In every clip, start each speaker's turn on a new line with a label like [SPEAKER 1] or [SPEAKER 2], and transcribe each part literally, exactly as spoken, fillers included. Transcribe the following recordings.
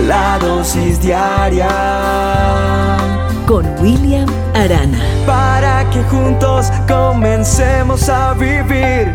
[SPEAKER 1] La dosis diaria
[SPEAKER 2] con William Arana,
[SPEAKER 1] para que juntos comencemos a vivir.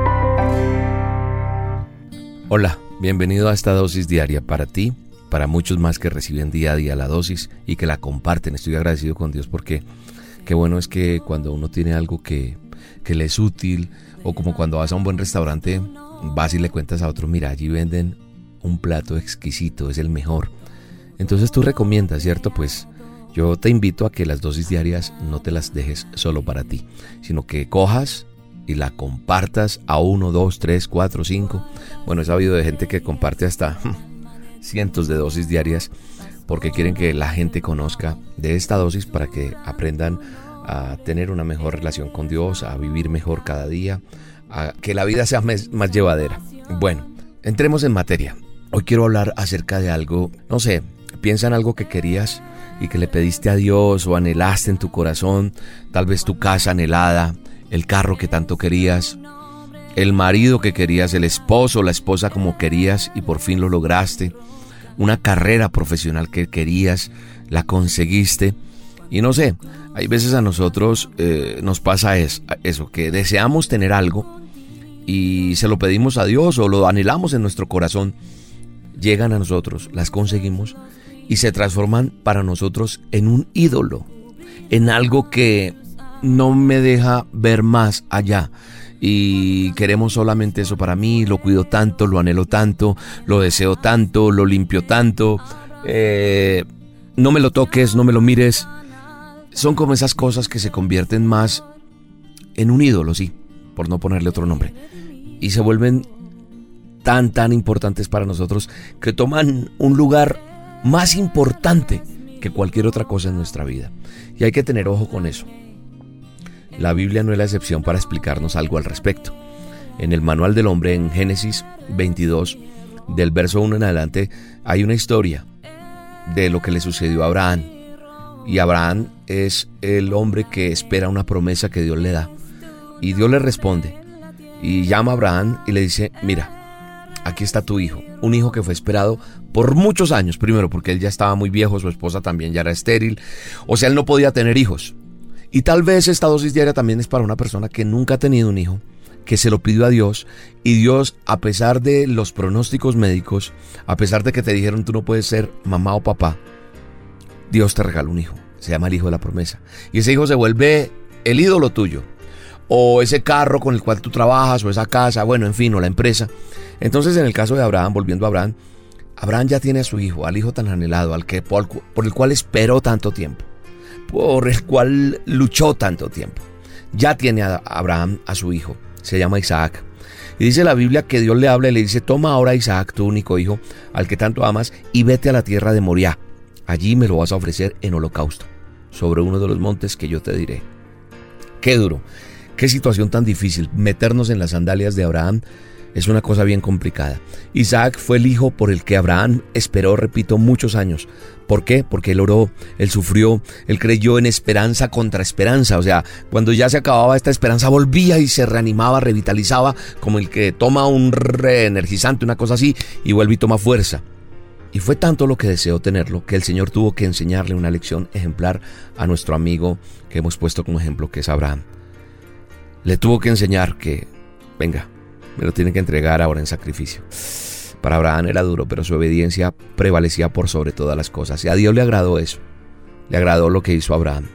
[SPEAKER 3] Hola, bienvenido a esta dosis diaria para ti, para muchos más que reciben día a día la dosis y que la comparten. Estoy agradecido con Dios porque qué bueno es que cuando uno tiene algo que, que le es útil, o como cuando vas a un buen restaurante, vas y le cuentas a otro, mira, allí venden un plato exquisito, es el mejor. Entonces tú recomiendas, ¿cierto? Pues yo te invito a que las dosis diarias no te las dejes solo para ti, sino que cojas y la compartas a uno, dos, tres, cuatro, cinco. Bueno, he sabido de gente que comparte hasta cientos de dosis diarias porque quieren que la gente conozca de esta dosis para que aprendan a tener una mejor relación con Dios, a vivir mejor cada día, a que la vida sea más, más llevadera. Bueno, entremos en materia. Hoy quiero hablar acerca de algo, no sé, piensa en algo que querías y que le pediste a Dios o anhelaste en tu corazón, tal vez tu casa anhelada, el carro que tanto querías, el marido que querías, el esposo o la esposa como querías y por fin lo lograste, una carrera profesional que querías, la conseguiste. Y no sé, hay veces a nosotros eh, nos pasa es, eso, que deseamos tener algo y se lo pedimos a Dios o lo anhelamos en nuestro corazón. Llegan a nosotros, las conseguimos y se transforman para nosotros en un ídolo, en algo que no me deja ver más allá. Y queremos solamente eso para mí, lo cuido tanto, lo anhelo tanto, lo deseo tanto, lo limpio tanto. Eh, no me lo toques, no me lo mires. Son como esas cosas que se convierten más en un ídolo, sí, por no ponerle otro nombre. Y se vuelven tan, tan importantes para nosotros que toman un lugar más importante que cualquier otra cosa en nuestra vida. Y hay que tener ojo con eso. La Biblia no es la excepción para explicarnos algo al respecto. En el Manual del Hombre, en Génesis veintidós, del verso uno en adelante, hay una historia de lo que le sucedió a Abraham. Y Abraham es el hombre que espera una promesa que Dios le da. Y Dios le responde. Y llama a Abraham y le dice, mira, aquí está tu hijo, un hijo que fue esperado por muchos años, primero porque él ya estaba muy viejo, su esposa también ya era estéril, o sea, él no podía tener hijos. Y tal vez esta dosis diaria también es para una persona que nunca ha tenido un hijo, que se lo pidió a Dios, y Dios, a pesar de los pronósticos médicos, a pesar de que te dijeron tú no puedes ser mamá o papá, Dios te regaló un hijo, se llama el hijo de la promesa, y ese hijo se vuelve el ídolo tuyo, o ese carro con el cual tú trabajas, o esa casa, bueno, en fin, o la empresa. Entonces, en el caso de Abraham, volviendo a Abraham, Abraham ya tiene a su hijo, al hijo tan anhelado, al que por, por el cual esperó tanto tiempo, por el cual luchó tanto tiempo. Ya tiene a Abraham a su hijo, se llama Isaac. Y dice la Biblia que Dios le habla y le dice, toma ahora a Isaac, tu único hijo, al que tanto amas, y vete a la tierra de Moriah. Allí me lo vas a ofrecer en holocausto, sobre uno de los montes que yo te diré. Qué duro. Qué situación tan difícil. Meternos en las sandalias de Abraham es una cosa bien complicada. Isaac fue el hijo por el que Abraham esperó, repito, muchos años. ¿Por qué? Porque él oró, él sufrió, él creyó en esperanza contra esperanza. O sea, cuando ya se acababa esta esperanza, volvía y se reanimaba, revitalizaba, como el que toma un reenergizante, una cosa así, y vuelve y toma fuerza. Y fue tanto lo que deseó tenerlo, que el Señor tuvo que enseñarle una lección ejemplar a nuestro amigo que hemos puesto como ejemplo, que es Abraham. Le tuvo que enseñar que, venga, me lo tiene que entregar ahora en sacrificio. Para Abraham era duro, pero su obediencia prevalecía por sobre todas las cosas. Y a Dios le agradó eso. Le agradó lo que hizo Abraham.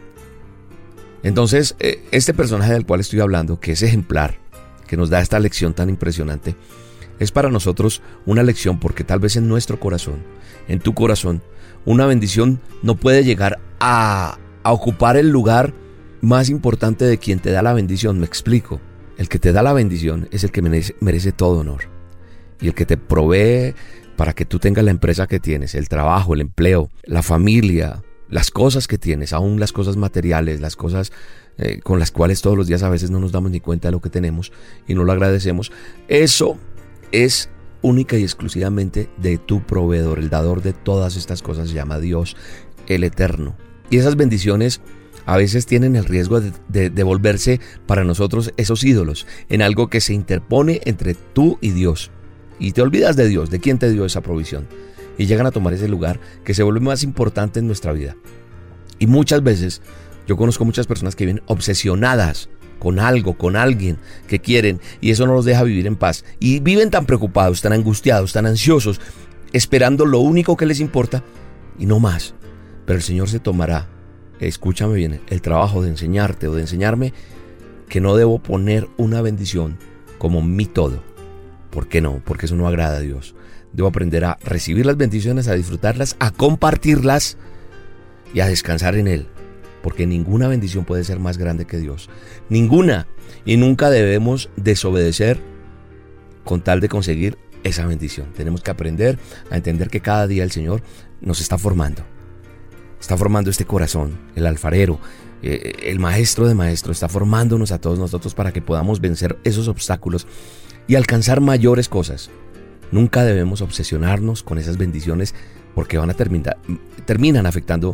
[SPEAKER 3] Entonces, este personaje del cual estoy hablando, que es ejemplar, que nos da esta lección tan impresionante, es para nosotros una lección porque tal vez en nuestro corazón, en tu corazón, una bendición no puede llegar a, a ocupar el lugar más importante de quien te da la bendición. Me explico. El que te da la bendición es el que merece, merece todo honor. Y el que te provee para que tú tengas la empresa que tienes, el trabajo, el empleo, la familia, las cosas que tienes, aún las cosas materiales, las cosas eh, con las cuales todos los días a veces no nos damos ni cuenta de lo que tenemos y no lo agradecemos. Eso es única y exclusivamente de tu proveedor. El dador de todas estas cosas se llama Dios, el Eterno. Y esas bendiciones a veces tienen el riesgo de, de, de volverse para nosotros esos ídolos, en algo que se interpone entre tú y Dios. Y te olvidas de Dios, de quién te dio esa provisión. y llegan a tomar ese lugar que se vuelve más importante en nuestra vida. Y muchas veces yo conozco muchas personas que viven obsesionadas con algo, con alguien que quieren, y eso no los deja vivir en paz. Y viven tan preocupados, tan angustiados, tan ansiosos, esperando lo único que les importa y no más. Pero el Señor se tomará, escúchame bien, el trabajo de enseñarte o de enseñarme que no debo poner una bendición como mi todo. ¿Por qué no? Porque eso no agrada a Dios. Debo aprender a recibir las bendiciones, a disfrutarlas, a compartirlas y a descansar en Él. Porque ninguna bendición puede ser más grande que Dios. Ninguna. Y nunca debemos desobedecer con tal de conseguir esa bendición. Tenemos que aprender a entender que cada día el Señor nos está formando. Está formando este corazón, el alfarero, eh, el maestro de maestros, está formándonos a todos nosotros para que podamos vencer esos obstáculos y alcanzar mayores cosas. Nunca debemos obsesionarnos con esas bendiciones porque van a terminar, terminan afectando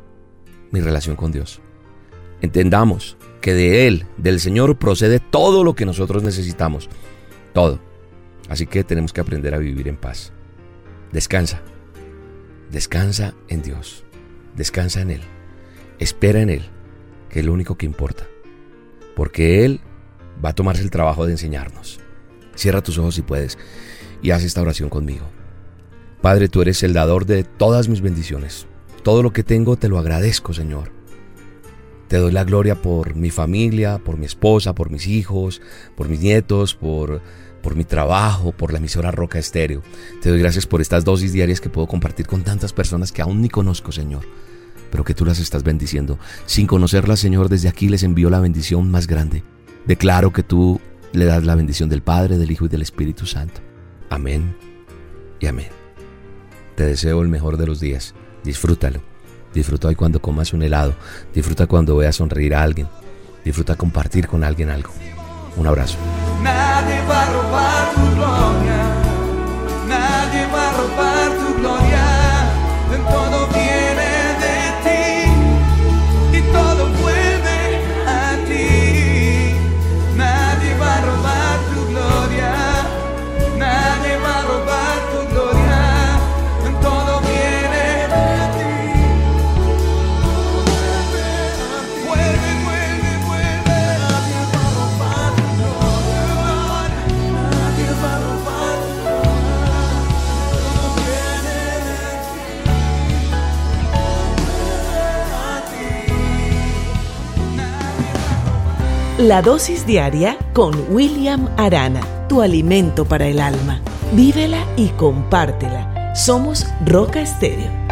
[SPEAKER 3] mi relación con Dios. Entendamos que de Él, del Señor, procede todo lo que nosotros necesitamos. Todo. Así que tenemos que aprender a vivir en paz. Descansa. Descansa en Dios. Descansa en Él. Espera en Él, que es lo único que importa. Porque Él va a tomarse el trabajo de enseñarnos. Cierra tus ojos si puedes y haz esta oración conmigo. Padre, tú eres el dador de todas mis bendiciones. Todo lo que tengo te lo agradezco, Señor. Te doy la gloria por mi familia, por mi esposa, por mis hijos, por mis nietos, por, por mi trabajo, por la emisora Roca Estéreo. Te doy gracias por estas dosis diarias que puedo compartir con tantas personas que aún ni conozco, Señor, pero que tú las estás bendiciendo. Sin conocerlas, Señor, desde aquí les envío la bendición más grande. Declaro que tú le das la bendición del Padre, del Hijo y del Espíritu Santo. Amén y amén. Te deseo el mejor de los días. Disfrútalo. Disfruta hoy cuando comas un helado. Disfruta cuando veas sonreír a alguien. Disfruta compartir con alguien algo. Un abrazo.
[SPEAKER 1] Nadie va a robar tu gloria. Nadie va a robar tu gloria. Todo viene de ti y todo vuelve a ti. Nadie va a robar tu gloria. Nadie va a robar tu gloria. Todo viene de ti. Vuelve, vuelve, vuelve. Nadie va a robar tu gloria. Nadie va a robar tu gloria. Todo viene de ti.
[SPEAKER 2] La dosis diaria con William Arana, tu alimento para el alma. Vívela y compártela. Somos Roca Estéreo.